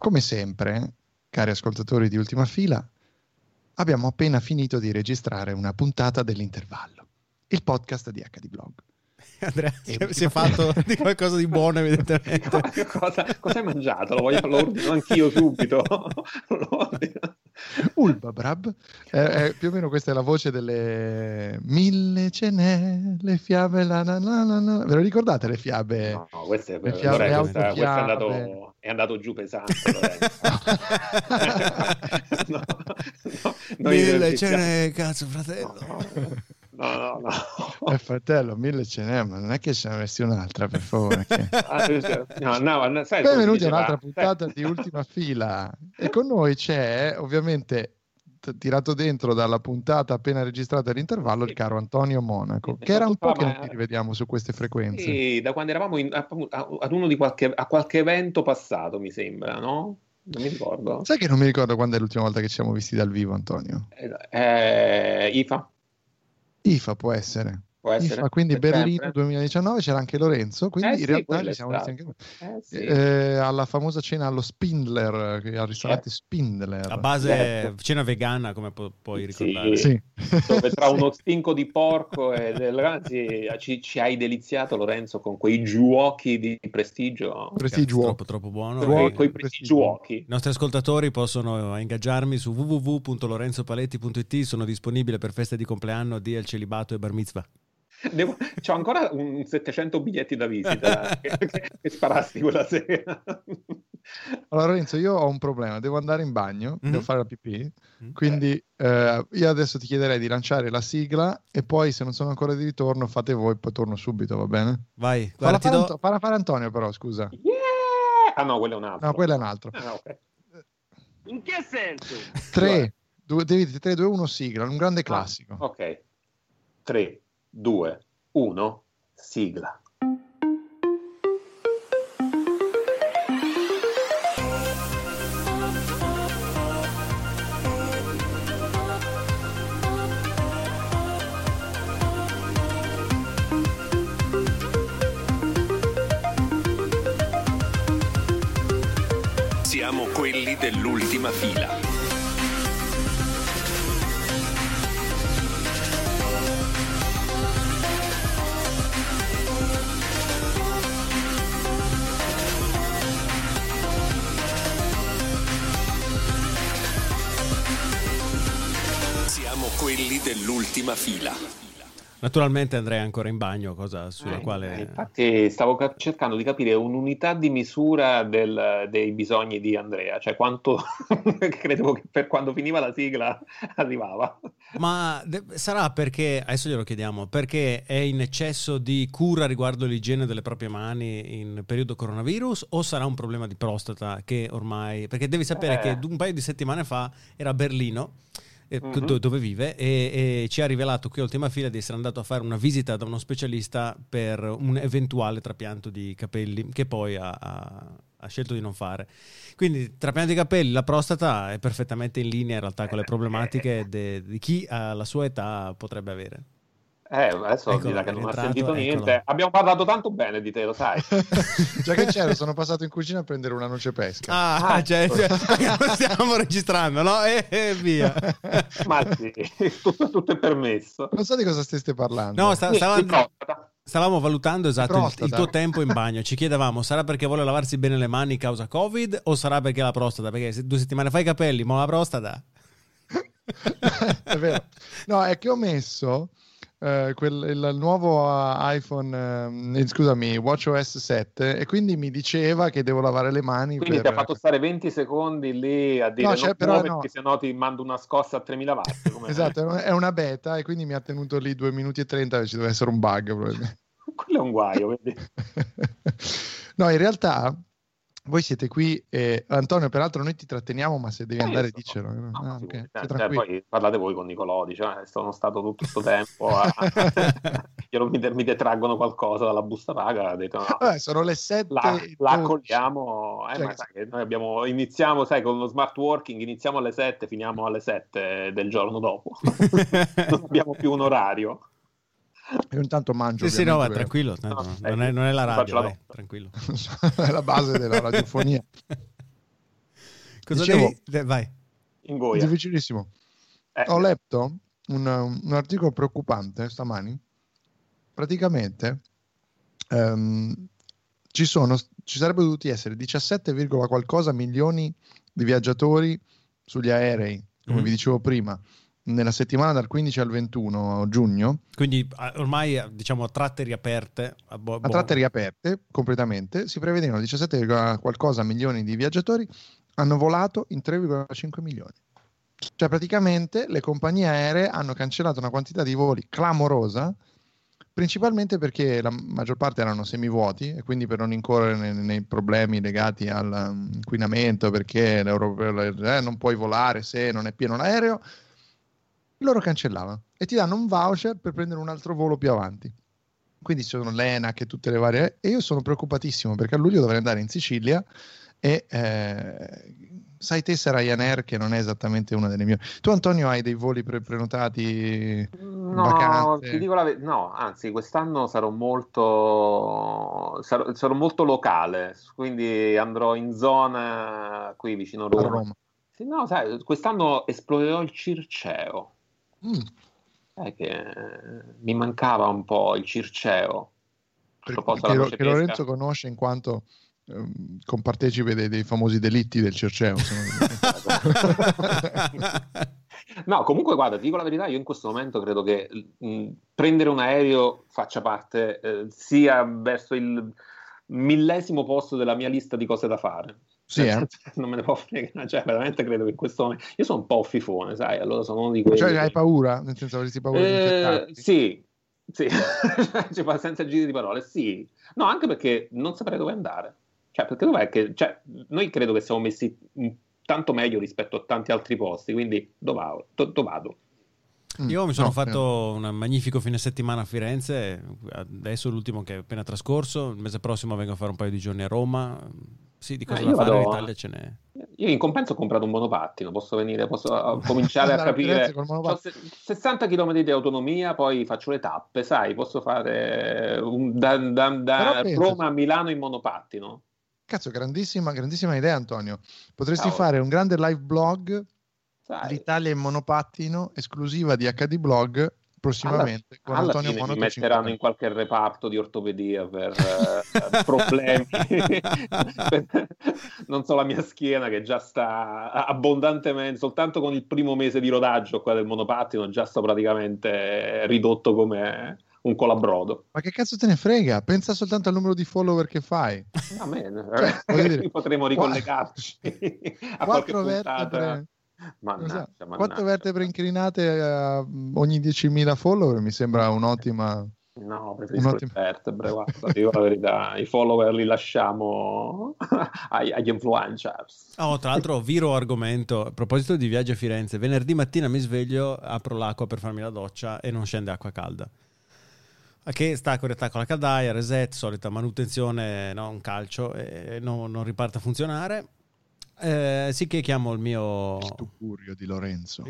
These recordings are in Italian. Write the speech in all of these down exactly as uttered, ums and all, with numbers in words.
come sempre, cari ascoltatori di Ultima Fila, abbiamo appena finito di registrare una puntata dell'Intervallo, il podcast di H D Blog. Andrea si è, si è fatto di qualcosa di buono, evidentemente. cosa, cosa hai mangiato? Lo voglio, lo ordino anch'io subito. Lo ordino. Ulbabrab, eh, eh, più o meno questa è la voce delle mille ce n'è, le fiabe la la la la la. Ve lo ricordate le fiabe? No, no, questo è, le fiabe, Lorenzo, questa, questo è, andato, è andato giù pesante. no, no, mille ce n'è, cazzo fratello. No, no, no. Eh, fratello, mille ce n'è, ma non è che ce ne avessi un'altra, per favore. Che... no, no, no, sai, benvenuti a un'altra puntata di Ultima Fila. E con noi c'è, ovviamente, t- tirato dentro dalla puntata appena registrata all'intervallo, il caro Antonio Monaco, che era un po' che non ti rivediamo su queste frequenze. Sì, da quando eravamo in, a, a, ad uno di qualche, a qualche evento passato, mi sembra, no? Non mi ricordo. Sai che non mi ricordo quando è l'ultima volta che ci siamo visti dal vivo, Antonio? Eh, eh, I F A. I F A può essere. Può essere. I F A, quindi per Berlino sempre. duemiladiciannove, c'era anche Lorenzo, quindi eh in sì, realtà ci siamo visti anche noi. Eh sì. eh, alla famosa cena allo Spindler, al ristorante Certo. Spindler. A base certo. Cena vegana, come pu- puoi ricordare. Sì. Dove tra uno stinco di porco e del ragazzi ci, ci hai deliziato, Lorenzo, con quei giuochi di prestigio. Prestigio. Troppo, troppo buono. Con E... quei prestigiuochi. I nostri ascoltatori possono ingaggiarmi su w w w punto lorenzopaletti punto i t. Sono disponibile per feste di compleanno, dia il celibato e bar mitzvah. Devo... C'ho ancora un settecento biglietti da visita che, che, che sparasti quella sera. Allora Lorenzo, io ho un problema, devo andare in bagno, mm-hmm. devo fare la pipì, mm-hmm. quindi eh, io adesso ti chiederei di lanciare la sigla e poi se non sono ancora di ritorno fate voi, poi torno subito, va bene? Vai, falla fare, do... Anto- falla fare Antonio però, scusa. Yeah! Ah no, quello è un altro. No, quello è un altro. Ah, okay. In che senso? tre, due, tre, due, uno, sigla, un grande classico. Ah, ok. tre, due, uno, sigla. Siamo quelli dell'ultima fila. Siamo quelli dell'ultima fila. Naturalmente andrei ancora in bagno, cosa sulla eh, quale... Infatti stavo ca- cercando di capire un'unità di misura del, dei bisogni di Andrea, cioè quanto credevo che per quando finiva la sigla arrivava. Ma de- sarà perché, adesso glielo chiediamo, perché è in eccesso di cura riguardo l'igiene delle proprie mani in periodo coronavirus o sarà un problema di prostata che ormai... Perché devi sapere eh. che un paio di settimane fa era a Berlino, Mm-hmm. dove vive e, e ci ha rivelato qui a Ultima Fila di essere andato a fare una visita da uno specialista per un eventuale trapianto di capelli che poi ha, ha, ha scelto di non fare. Quindi trapianto di capelli, la prostata è perfettamente in linea in realtà con le problematiche de, di chi alla sua età potrebbe avere. Eh, adesso Eccolo, dirà che non ha entrato, sentito eccolo. niente. Abbiamo parlato tanto bene di te, lo sai. Già che c'ero, sono passato in cucina a prendere una noce pesca. Ah, ah cioè, cioè lo stiamo registrando, no? E, e via. Ma sì, tutto, tutto è permesso. Non so di cosa stesse parlando. No, sta, stava, Di prostata. stavamo valutando esatto il, prostata. il tuo tempo in bagno. Ci chiedevamo, sarà perché vuole lavarsi bene le mani causa Covid o sarà perché la prostata? Perché se due settimane fa i capelli, ma la prostata... È vero. No, è che ho messo... Uh, quel, il, il nuovo uh, iPhone, uh, scusami, WatchOS sette, e quindi mi diceva che devo lavare le mani. Quindi per... ti ha fatto stare venti secondi lì a dire no, no, cioè, però perché no. se no ti mando una scossa a tremila watt. Esatto, è una beta e quindi mi ha tenuto lì due minuti e trenta, invece deve essere un bug probabilmente. Quello è un guaio, vedi? No, in realtà voi siete qui e Antonio, peraltro noi ti tratteniamo, ma se devi Eh, andare so. dicelo. No, Ah, sì, okay. cioè, Sei poi parlate voi con Nicolodi, cioè, sono stato tutto questo tempo a... Glielo, mi, mi detraggono qualcosa dalla busta paga, ha detto no, Vabbè, sono le sette la, e la dodici. accogliamo, eh, Cioè, ma sai che noi abbiamo, iniziamo sai con lo smart working, iniziamo alle sette, finiamo alle sette del giorno dopo. Non abbiamo più un orario. Io intanto mangio. Sì, sì, no, va, per... tranquillo, tanto No, non, è, non è la radio, faccio la vai, doccia. tranquillo. È la base della radiofonia. Cosa Dicevo, devi... Vai. Ingoia. Difficilissimo. Eh. Ho letto un, un articolo preoccupante stamani. Praticamente um, ci sono, ci sarebbero dovuti essere diciassette, qualcosa milioni di viaggiatori sugli aerei, come mm. vi dicevo prima, nella settimana dal quindici al ventuno giugno. Quindi ormai, diciamo, a tratte riaperte. A, bo- a tratte riaperte completamente. Si prevedevano diciassette, qualcosa milioni di viaggiatori, hanno volato in tre virgola cinque milioni. Cioè praticamente le compagnie aeree hanno cancellato una quantità di voli clamorosa, principalmente perché la maggior parte erano semivuoti e quindi per non incorrere nei, nei problemi legati all'inquinamento, perché eh, non puoi volare se non è pieno l'aereo, loro cancellavano e ti danno un voucher per prendere un altro volo più avanti. Quindi ci sono l'ENAC e tutte le varie, e io sono preoccupatissimo perché a luglio dovrei andare in Sicilia e eh, sai te se Ryanair, che non è esattamente una delle mie. Tu Antonio hai dei voli pre- prenotati? No, vacanze? ti dico la verità, no, anzi quest'anno sarò molto sarò, sarò molto locale, quindi andrò in zona qui vicino Roma. A Roma. Sì, no, sai, quest'anno esplorerò il Circeo. Mm. Sai che mi mancava un po' il Circeo. Per, che, che Lorenzo conosce in quanto um, compartecipe dei, dei famosi delitti del Circeo. No, comunque guarda, ti dico la verità, io in questo momento credo che mh, prendere un aereo faccia parte eh, sia verso il millesimo posto della mia lista di cose da fare. Sì, eh? Non me ne può fregare, cioè veramente credo che in questo momento io sono un po' fifone, sai, allora sono uno di quelli. Cioè che... hai paura? Nel senso avresti paura eh, di infettarti? Sì, sì, cioè, senza giri di parole, sì. No, anche perché non saprei dove andare. Cioè, perché dov'è che... Cioè, noi credo che siamo messi tanto meglio rispetto a tanti altri posti, quindi dove, dove vado? Io mi sono no, fatto no. un magnifico fine settimana a Firenze, adesso l'ultimo che è appena trascorso, il mese prossimo vengo a fare un paio di giorni a Roma. Sì, di cosa eh, da fare vado... in Italia ce n'è. Io in compenso ho comprato un monopattino, posso venire, posso cominciare a capire. Ho sessanta chilometri di autonomia, poi faccio le tappe, sai, posso fare un, da, da, da Roma a Milano in monopattino. Cazzo, grandissima, grandissima idea, Antonio. Potresti Ciao. fare un grande live blog, sai. L'Italia in monopattino, esclusiva di acca di Blog, prossimamente. Alla, con alla Antonio fine Monaco mi metteranno in qualche reparto di ortopedia per uh, problemi. per, non so, la mia schiena che già sta abbondantemente, soltanto con il primo mese di rodaggio qua del monopattino, già sto praticamente ridotto come un colabrodo. Ma che cazzo te ne frega? Pensa soltanto al numero di follower che fai. A me, cioè, dire, potremo ricollegarci a qualche vertebre. Mannaggia, so, quattro vertebre inclinate uh, ogni diecimila follower mi sembra un'ottima. No, preferisco un'ottima... le vertebre, guarda, dico la verità, i follower li lasciamo agli, agli influencers. Oh, tra l'altro, viro argomento, a proposito di viaggio a Firenze, venerdì mattina mi sveglio, apro l'acqua per farmi la doccia e non scende acqua calda. Che stacco e riattacco la caldaia, reset, solita manutenzione, no, un calcio, e non, non riparte a funzionare. Eh, sì che chiamo il mio stupurio di Lorenzo.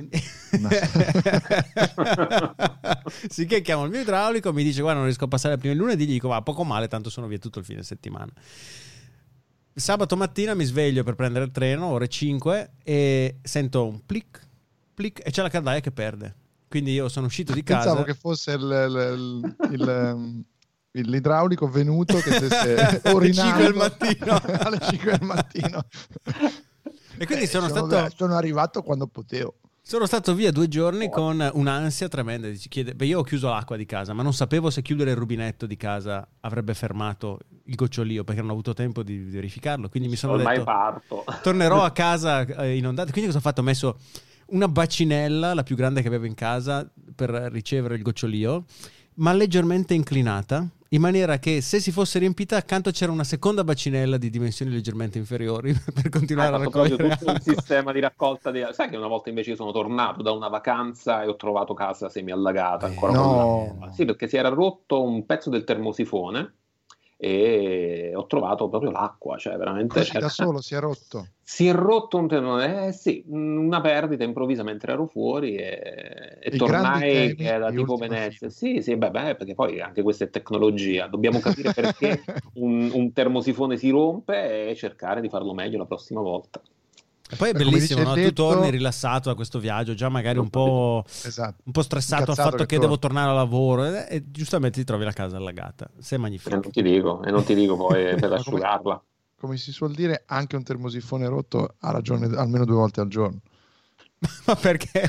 Sì che chiamo il mio idraulico, mi dice guarda non riesco a passare prima il lunedì, gli dico va poco male, tanto sono via tutto il fine settimana. Sabato mattina mi sveglio per prendere il treno, ore cinque, e sento un plic plic e c'è la caldaia che perde. Quindi io sono uscito di casa. Pensavo che fosse il, il, il, il l'idraulico venuto che stesse orinando alle cinque del mattino. alle cinque del mattino. E quindi sono, sono stato sono arrivato quando potevo. Sono stato via due giorni con un'ansia tremenda. Chiede, beh, io ho chiuso l'acqua di casa, ma non sapevo se chiudere il rubinetto di casa avrebbe fermato il gocciolio, perché non ho avuto tempo di verificarlo. Quindi mi sono Ormai detto parto. tornerò a casa inondato. Quindi cosa ho fatto? Ho messo una bacinella, la più grande che avevo in casa, per ricevere il gocciolio, ma leggermente inclinata, in maniera che se si fosse riempita accanto c'era una seconda bacinella di dimensioni leggermente inferiori per continuare ah, a raccogliere tutto un sistema di raccolta di... Sai che una volta invece io sono tornato da una vacanza e ho trovato casa semi allagata ancora no. con sì, perché si era rotto un pezzo del termosifone e ho trovato proprio l'acqua, cioè veramente così da solo si è rotto. Si è rotto un termosifone, eh sì, una perdita improvvisa mentre ero fuori e, e tornai che era tipo Venezia. Sì, sì, beh, beh, perché poi anche questa è tecnologia, dobbiamo capire perché un, un termosifone si rompe e cercare di farlo meglio la prossima volta. E poi è Come bellissimo, dice no? il Tu detto- torni rilassato da questo viaggio, già magari un po', Esatto. un po' stressato al Incazzato fatto che, che devo torni. tornare al lavoro e, e giustamente ti trovi la casa allagata. Sei E magnifico. non ti dico, e non ti dico poi per come- asciugarla. Come si suol dire, anche un termosifone rotto ha ragione almeno due volte al giorno. Ma perché?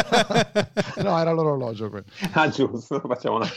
No, era l'orologio quello. Ah, giusto, facciamo una...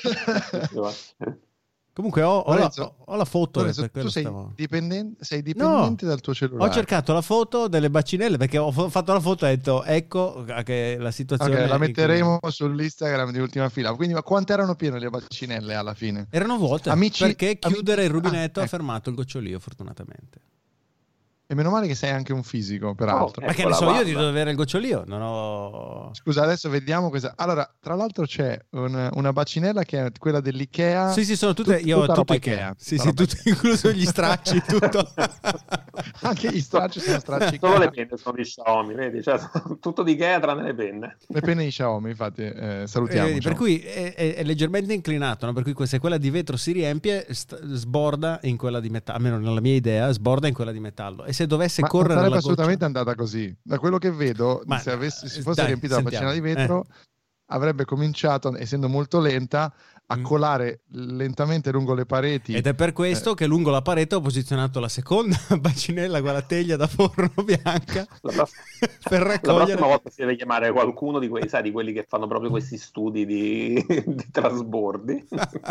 Comunque ho, ho la, Lorenzo, ho la foto. Lorenzo, per quello tu sei stavo- dipendente, sei dipendente dal tuo Ho cellulare. cercato la foto delle bacinelle perché ho f- fatto la foto e ho detto ecco che la situazione Ok, la in cui- metteremo sull'Instagram di Ultima Fila. Quindi, ma quante erano piene le bacinelle alla fine? Erano vuote Amici- perché chiudere amici- il rubinetto ah, ha ecco. fermato il gocciolio fortunatamente. E meno male che sei anche un fisico, peraltro. Oh, Ma che Eccola, ne so io guarda. di dove avere il gocciolio? Non ho... Scusa, adesso vediamo questa. Allora, tra l'altro c'è un- una bacinella che è quella dell'Ikea. Sì, sì, sono tutte Tut- io ho tutta tutto roba Ikea. Ikea. Sì, Tutta sì, roba tutto incluso gli stracci, tutto. Anche gli stracci sono stracci Solo le Ikea. penne sono di Xiaomi, vedi? Cioè, tutto di Ikea tranne le penne. Le penne di Xiaomi, infatti, eh, Eh, salutiamo. vedi, per Xiaomi. cui è, è- è leggermente inclinato, no? Per cui se quella di vetro si riempie, st- sborda in quella di metallo, almeno nella mia idea, sborda in quella di metallo. E se dovesse Ma non correre sarebbe la assolutamente goccia... andata così. Da quello che vedo, Ma- se, avesse, se fosse dai, riempita la sentiamo. bacina di vetro, avrebbe cominciato, essendo molto lenta, a Mm. colare lentamente lungo le pareti. Ed è per questo che lungo la parete ho posizionato la seconda bacinella, quella teglia da forno bianca, La prossima, per la raccogliere... prossima volta si deve chiamare qualcuno di quei, sai, di quelli che fanno proprio questi studi di, di trasbordi.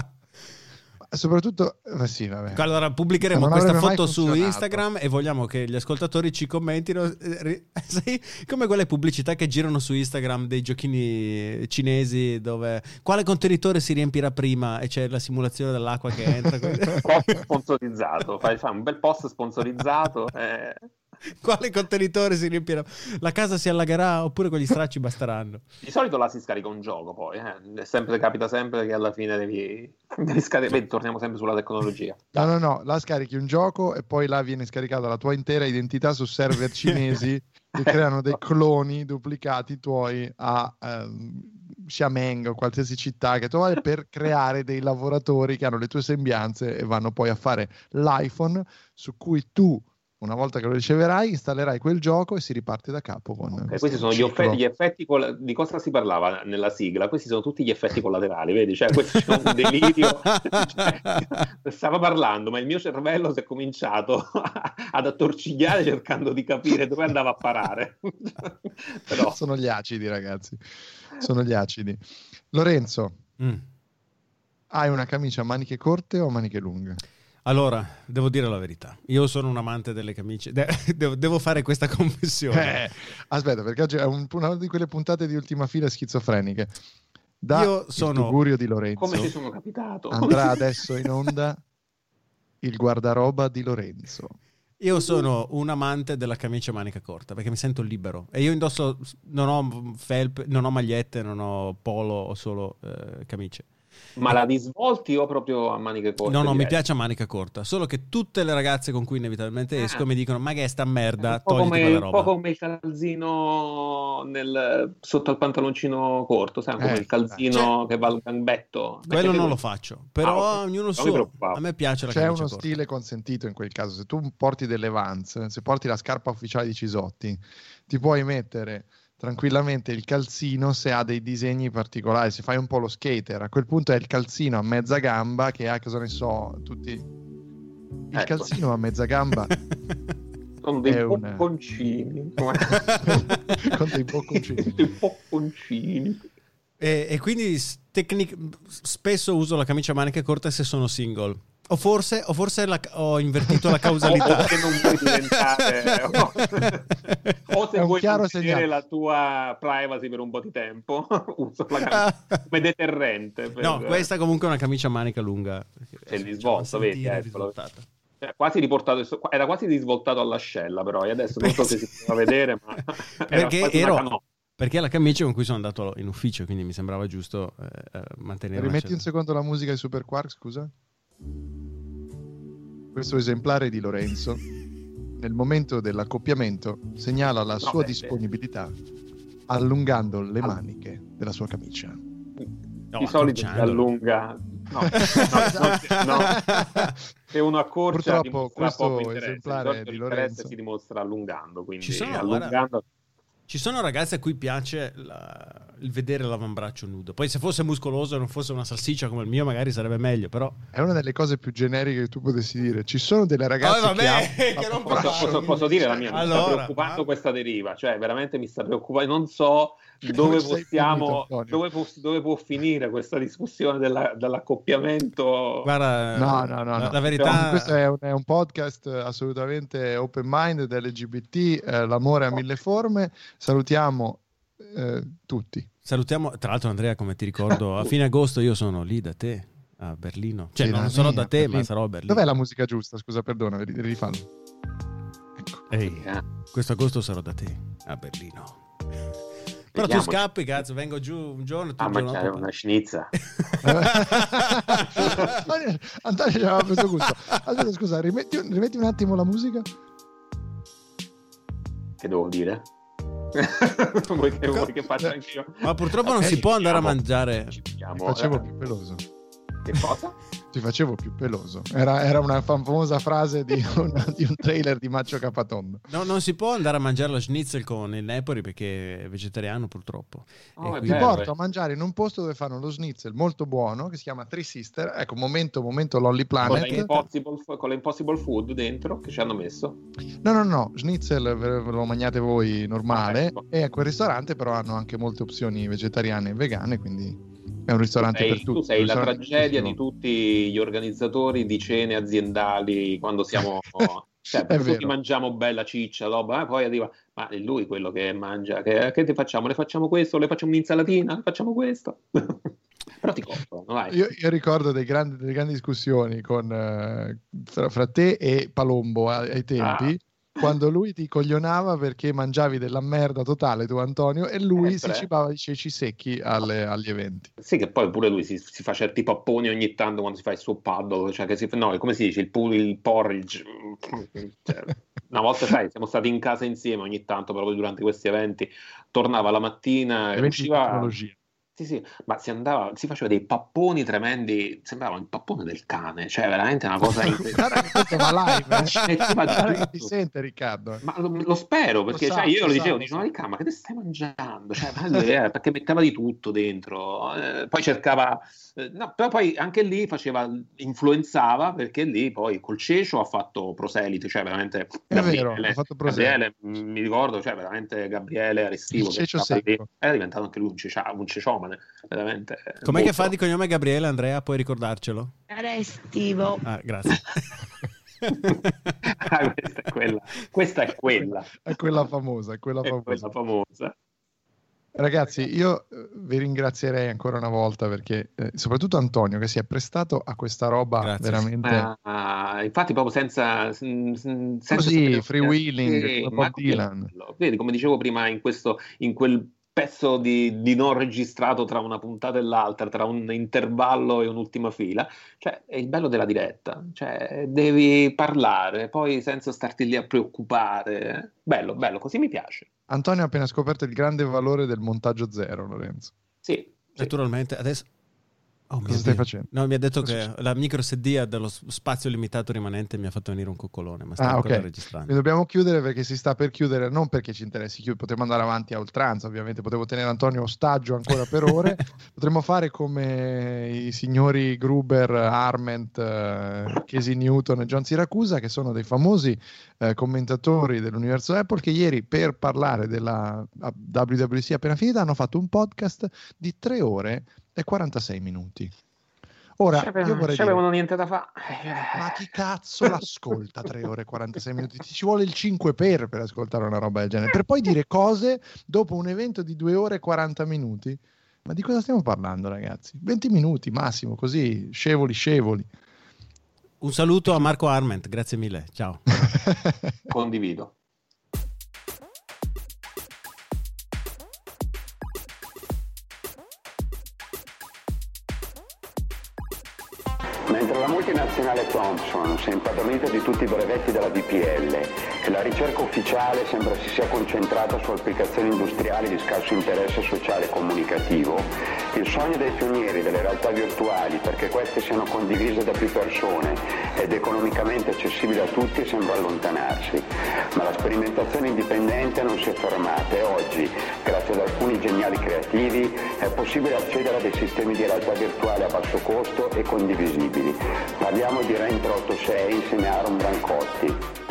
Soprattutto, eh, sì, vabbè. Allora pubblicheremo Non questa avrebbe mai foto su funzionato. Instagram e vogliamo che gli ascoltatori ci commentino, eh, ri- sai, come quelle pubblicità che girano su Instagram dei giochini cinesi dove quale contenitore si riempirà prima e c'è la simulazione dell'acqua che entra. Post sponsorizzato, fai, fai un bel post sponsorizzato. Eh. Quale contenitore si riempirà? La casa si allagherà oppure quegli stracci basteranno? Di solito là si scarica un gioco, poi eh. È sempre, capita sempre che alla fine devi, devi scaricare. Vedi, torniamo sempre sulla tecnologia. No, no, no, là scarichi un gioco e poi là viene scaricata la tua intera identità su server cinesi che creano dei cloni duplicati tuoi a ehm, Xiamen o qualsiasi città che tu vai per creare dei lavoratori che hanno le tue sembianze e vanno poi a fare l'iPhone su cui tu, una volta che lo riceverai, installerai quel gioco e si riparte da capo con Okay, questo questi sono gli, ciclo. offe- gli effetti col- di cosa si parlava nella sigla? Questi sono tutti gli effetti collaterali, vedi? Cioè, questo è un delirio. Cioè, stava parlando, ma il mio cervello si è cominciato a- ad attorcigliare cercando di capire dove andava a parare. Però Sono gli acidi, ragazzi. Sono gli acidi. Lorenzo, Mm. hai una camicia a maniche corte o a maniche lunghe? Allora, devo dire la verità. Io sono un amante delle camicie. De- devo, devo fare questa confessione. Eh, aspetta, perché oggi è un- una di quelle puntate di Ultima Fila schizofreniche. Da Io sono- il tugurio di Lorenzo come ci sono capitato? andrà adesso in onda il guardaroba di Lorenzo. Io sono un amante della camicia a manica corta perché mi sento libero e io indosso, non ho felpe, non ho magliette, non ho polo, ho solo eh, camicie. Ma la disvolti o proprio a maniche corte? No, no, mi dirette? piace a manica corta, solo che tutte le ragazze con cui inevitabilmente Ah. esco mi dicono ma che è sta È merda, un po' togliti come, quella un po' roba. come il calzino nel- sotto al pantaloncino corto, sai, come Eh, il calzino che va al gambetto. Quello Mettete non lo voi. faccio, però Ah, ok. ognuno Non mi suo. preoccupavo. A me piace la C'è camicia uno corta. stile consentito in quel caso. Se tu porti delle Vans, se porti la scarpa ufficiale di Cisotti, ti puoi mettere tranquillamente il calzino se ha dei disegni particolari. Se fai un po' lo skater, a quel punto è il calzino a mezza gamba che ha, cosa ne so, tutti... Il Ecco. calzino a mezza gamba Sono dei è un- bocconcini. Come- con dei bocconcini. dei bocconcini. E, e quindi s- tecnic- spesso uso la camicia a maniche corte se sono single. O forse, o forse la- ho invertito la O, causalità. o se non vuoi diventare o, o se È un vuoi chiaro mantenere segnale. la tua privacy per un po' di tempo, uso la camicia come deterrente per- No, questa comunque è una camicia a manica lunga. C'è il risvolto, Facciamo vedi, sentire il eccolo. risultato. Cioè, quasi riportato, era quasi risvoltato all'ascella, però e adesso non so se si poteva vedere, ma era Perché quasi una ero- canoa. Perché è la camicia con cui sono andato in ufficio, quindi mi sembrava giusto eh, eh, mantenere una Rimetti un certa- secondo la musica di Super Quark, scusa. Questo esemplare di Lorenzo, nel momento dell'accoppiamento, segnala la sua beh, disponibilità allungando le maniche della sua camicia. No, Di solito si accorciandolo. allunga No, no, no, no. Se uno accorcia purtroppo questo esemplare di Lorenzo si dimostra allungando, quindi ci sono, allungando. Guarda, ci sono ragazze a cui piace la, il vedere l'avambraccio nudo. Poi se fosse muscoloso e non fosse una salsiccia come il mio magari sarebbe meglio, però è una delle cose più generiche che tu potessi dire. Ci sono delle ragazze oh, vabbè, che, che non posso, posso, posso dire la mia, mi allora, sta preoccupando ma... questa deriva, cioè veramente mi sta preoccupando, non so dove possiamo finito, dove, può, dove può finire questa discussione della, dell'accoppiamento. Guarda, no no no, la, no. la verità, questo è un, è un podcast assolutamente open minded, L G B T, eh, l'amore a mille forme. Salutiamo eh, tutti. Salutiamo, tra l'altro Andrea, come ti ricordo, a fine agosto io sono lì da te a Berlino, cioè sì, non da sarò me, da te Berlino. ma sarò a Berlino. Dov'è la musica giusta? Scusa, perdona, rifallo. Ecco. Ehi, questo agosto sarò da te a Berlino. Però Vediamo. Tu scappi, cazzo, vengo giù un giorno tu a un giorno mangiare dopo. una schnizza. Antonio ci aveva preso gusto. Allora, scusa, rimetti, rimetti un attimo la musica. Che devo dire? vuoi, che, vuoi che faccia anch'io? Ma purtroppo non Eh, si può andare a chiamo, mangiare. Ti Chiamo, facevo eh. più peloso. Che cosa? Ti facevo più peloso. Era, era una famosa frase di un, di un trailer di Maccio Capatondo. No, non si può andare a mangiare lo schnitzel con il Nepori perché è vegetariano purtroppo. Oh, E è quindi- Ti vero, porto a mangiare in un posto dove fanno lo schnitzel molto buono che si chiama Three Sister. Ecco, momento, momento Lolly Con, Planet. la impossible, con la Impossible Food dentro che ci hanno messo. No, no, no, schnitzel ve ve lo mangiate voi normale. Ah, ecco. E a quel ristorante però hanno anche molte opzioni vegetariane e vegane, quindi è un ristorante sei, per tutti. tu sei la Ristorante tragedia di estivo. tutti gli organizzatori di cene aziendali quando siamo cioè, È tutti vero. mangiamo bella ciccia roba, eh, poi arriva ma è lui quello che mangia, che, che ti facciamo? Le facciamo questo? Le facciamo un'insalatina? Le facciamo questo? Però ti compro, vai. Io, io ricordo dei grandi, delle grandi discussioni con, eh, fra, fra te e Palombo ai, ai tempi, Ah. quando lui ti coglionava perché mangiavi della merda totale tu Antonio e lui Eh, si pre- cibava di ceci secchi alle- agli eventi. Sì, che poi pure lui si, si fa certi papponi ogni tanto quando si fa il suo paddle, cioè che si fa, no, come si dice, il, pu- il porridge. Cioè, una volta, sai, siamo stati in casa insieme ogni tanto, proprio durante questi eventi, tornava la mattina e Eventi di usciva... tecnologia. Sì, sì, ma si andava, si faceva dei papponi tremendi, sembrava il pappone del cane, cioè veramente una cosa Guarda che questo va live, eh. Ci metteva Guarda che tutto. ti sente Riccardo. Ma lo, lo spero, perché Lo sa, cioè, io lo lo sa, dicevo, lo dicevo, sa. Riccardo, ma che te stai mangiando? Cioè, ma lui era- perché metteva di tutto dentro, eh, poi cercava, eh, no, però poi anche lì faceva, influenzava, perché lì poi col Cecio ha fatto proselite, cioè veramente È vero, ha fatto proselite. Gabriele, mh, mi ricordo, cioè veramente Gabriele Arestivo, Il che Cecio stava lì, secco. era diventato anche lui un, cecia- un ceciomane, veramente. Com'è molto. che fa di cognome Gabriele, Andrea? Puoi ricordarcelo? Restivo. Ah, grazie. Ah, questa è quella, questa è quella, È quella famosa, è quella è famosa. quella famosa. Ragazzi, io eh, vi ringrazierei ancora una volta perché, eh, soprattutto Antonio, che si è prestato a questa roba Grazie. veramente Ah, infatti proprio senza, sen- sen- senza così, sapere- freewheeling, Sì, come ma Bob Dylan. quello. Vedi, come dicevo prima, in questo, in quel pezzo di, di non registrato tra una puntata e l'altra, tra un intervallo e un'ultima fila, cioè è il bello della diretta, cioè devi parlare, poi senza starti lì a preoccupare. Bello, bello, così mi piace. Antonio ha appena scoperto il grande valore del montaggio zero, Lorenzo. Sì, sì. Naturalmente, adesso... Oh, mi Cosa ha stai detto- facendo? No, mi ha detto Cosa che succede? la micro S D dello s- spazio limitato rimanente mi ha fatto venire un coccolone, ma sta Ah, ancora ok. registrando. Quindi dobbiamo chiudere perché si sta per chiudere, non perché ci interessi, chiud- potremmo andare avanti a oltranza, ovviamente, potevo tenere Antonio ostaggio ancora per ore, potremmo fare come i signori Gruber, Arment, eh, Casey Newton e John Siracusa, che sono dei famosi eh, commentatori dell'universo Apple, che ieri per parlare della W W D C appena finita hanno fatto un podcast di tre ore e quarantasei minuti. Ora, io vorrei dire, C'avevano niente da fare. ma chi cazzo l'ascolta tre ore e quarantasei minuti? Ci vuole il cinque per per ascoltare una roba del genere, per poi dire cose dopo un evento di due ore e quaranta minuti. Ma di cosa stiamo parlando, ragazzi? venti minuti massimo, così, scevoli, scevoli. Un saluto a Marco Arment, grazie mille, ciao. Condivido. Mentre la multinazionale Thomson si è impadronita di tutti i brevetti della D P L e la ricerca ufficiale sembra si sia concentrata su applicazioni industriali di scarso interesse sociale e comunicativo, il sogno dei pionieri delle realtà virtuali perché queste siano condivise da più persone ed economicamente accessibili a tutti sembra allontanarsi. Ma la sperimentazione indipendente non si è fermata e oggi, grazie ad alcuni geniali creativi, è possibile accedere a dei sistemi di realtà virtuale a basso costo e condivisibili. Parliamo di Ren tre otto sei insieme a Aaron Brancotti.